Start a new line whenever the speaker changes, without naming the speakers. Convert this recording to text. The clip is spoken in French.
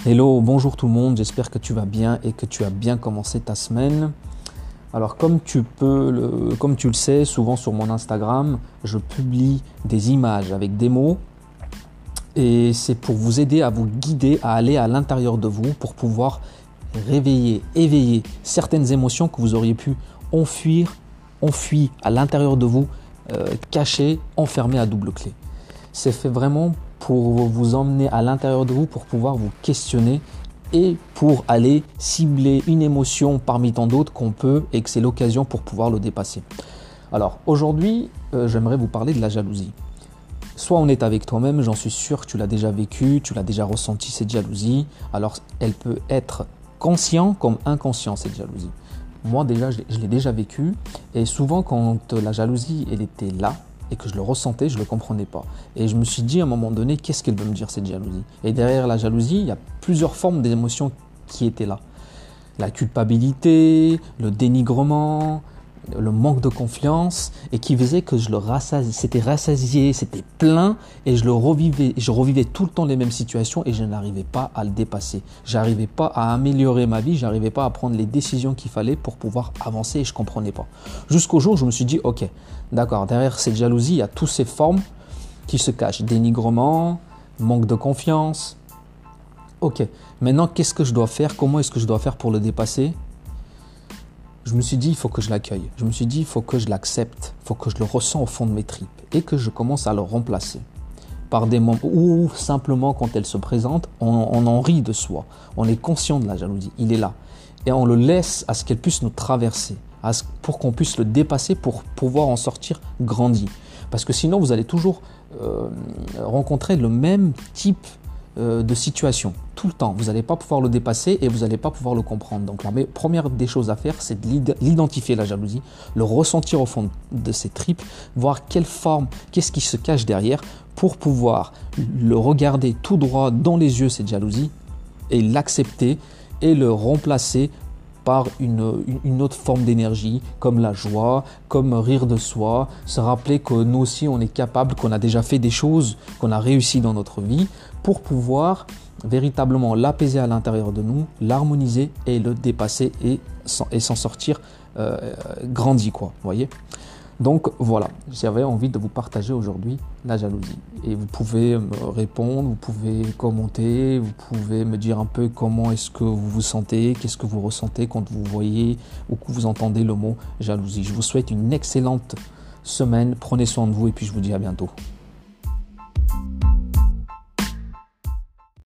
Hello, bonjour tout le monde, j'espère que tu vas bien et que tu as bien commencé ta semaine. Alors comme tu le sais, souvent sur mon Instagram, je publie des images avec des mots et c'est pour vous aider à vous guider à aller à l'intérieur de vous pour pouvoir éveiller certaines émotions que vous auriez pu enfuir à l'intérieur de vous, cachées, enfermées à double clé. C'est fait vraiment pour vous emmener à l'intérieur de vous, pour pouvoir vous questionner et pour aller cibler une émotion parmi tant d'autres qu'on peut et que c'est l'occasion pour pouvoir le dépasser. Alors aujourd'hui, j'aimerais vous parler de la jalousie. Soit on est avec toi-même, j'en suis sûr que tu l'as déjà vécu, tu l'as déjà ressenti cette jalousie. Alors elle peut être consciente comme inconsciente cette jalousie. Moi déjà, je l'ai déjà vécu et souvent quand la jalousie elle était là, et que je le ressentais, je ne le comprenais pas. Et je me suis dit à un moment donné, qu'est-ce qu'elle veut me dire cette jalousie? Et derrière la jalousie, il y a plusieurs formes d'émotions qui étaient là. La culpabilité, le dénigrement, le manque de confiance, et qui faisait que c'était rassasié, c'était plein, et je revivais tout le temps les mêmes situations, et je n'arrivais pas à le dépasser. J'arrivais pas à améliorer ma vie, j'arrivais pas à prendre les décisions qu'il fallait pour pouvoir avancer, et je comprenais pas. Jusqu'au jour où je me suis dit, ok, d'accord, derrière cette jalousie, il y a toutes ces formes qui se cachent. Dénigrement, manque de confiance. Ok, maintenant qu'est-ce que je dois faire? Comment est-ce que je dois faire pour le dépasser? Je me suis dit, il faut que je l'accueille. Je me suis dit, il faut que je l'accepte. Il faut que je le ressens au fond de mes tripes et que je commence à le remplacer. Par des moments où simplement quand elle se présente, on en rit de soi. On est conscient de la jalousie. Il est là. Et on le laisse à ce qu'elle puisse nous traverser, pour qu'on puisse le dépasser, pour pouvoir en sortir grandi. Parce que sinon, vous allez toujours rencontrer le même type de situation tout le temps. Vous n'allez pas pouvoir le dépasser et vous n'allez pas pouvoir le comprendre. Donc la première des choses à faire, c'est l'identifier la jalousie, le ressentir au fond de ses tripes, voir quelle forme, qu'est-ce qui se cache derrière pour pouvoir le regarder tout droit dans les yeux, cette jalousie, et l'accepter et le remplacer par une autre forme d'énergie, comme la joie, comme rire de soi, se rappeler que nous aussi on est capable, qu'on a déjà fait des choses, qu'on a réussi dans notre vie, pour pouvoir véritablement l'apaiser à l'intérieur de nous, l'harmoniser et le dépasser et s'en sortir grandi, quoi, voyez. Donc voilà, j'avais envie de vous partager aujourd'hui la jalousie. Et vous pouvez me répondre, vous pouvez commenter, vous pouvez me dire un peu comment est-ce que vous vous sentez, qu'est-ce que vous ressentez quand vous voyez ou que vous entendez le mot jalousie. Je vous souhaite une excellente semaine, prenez soin de vous et puis je vous dis à bientôt.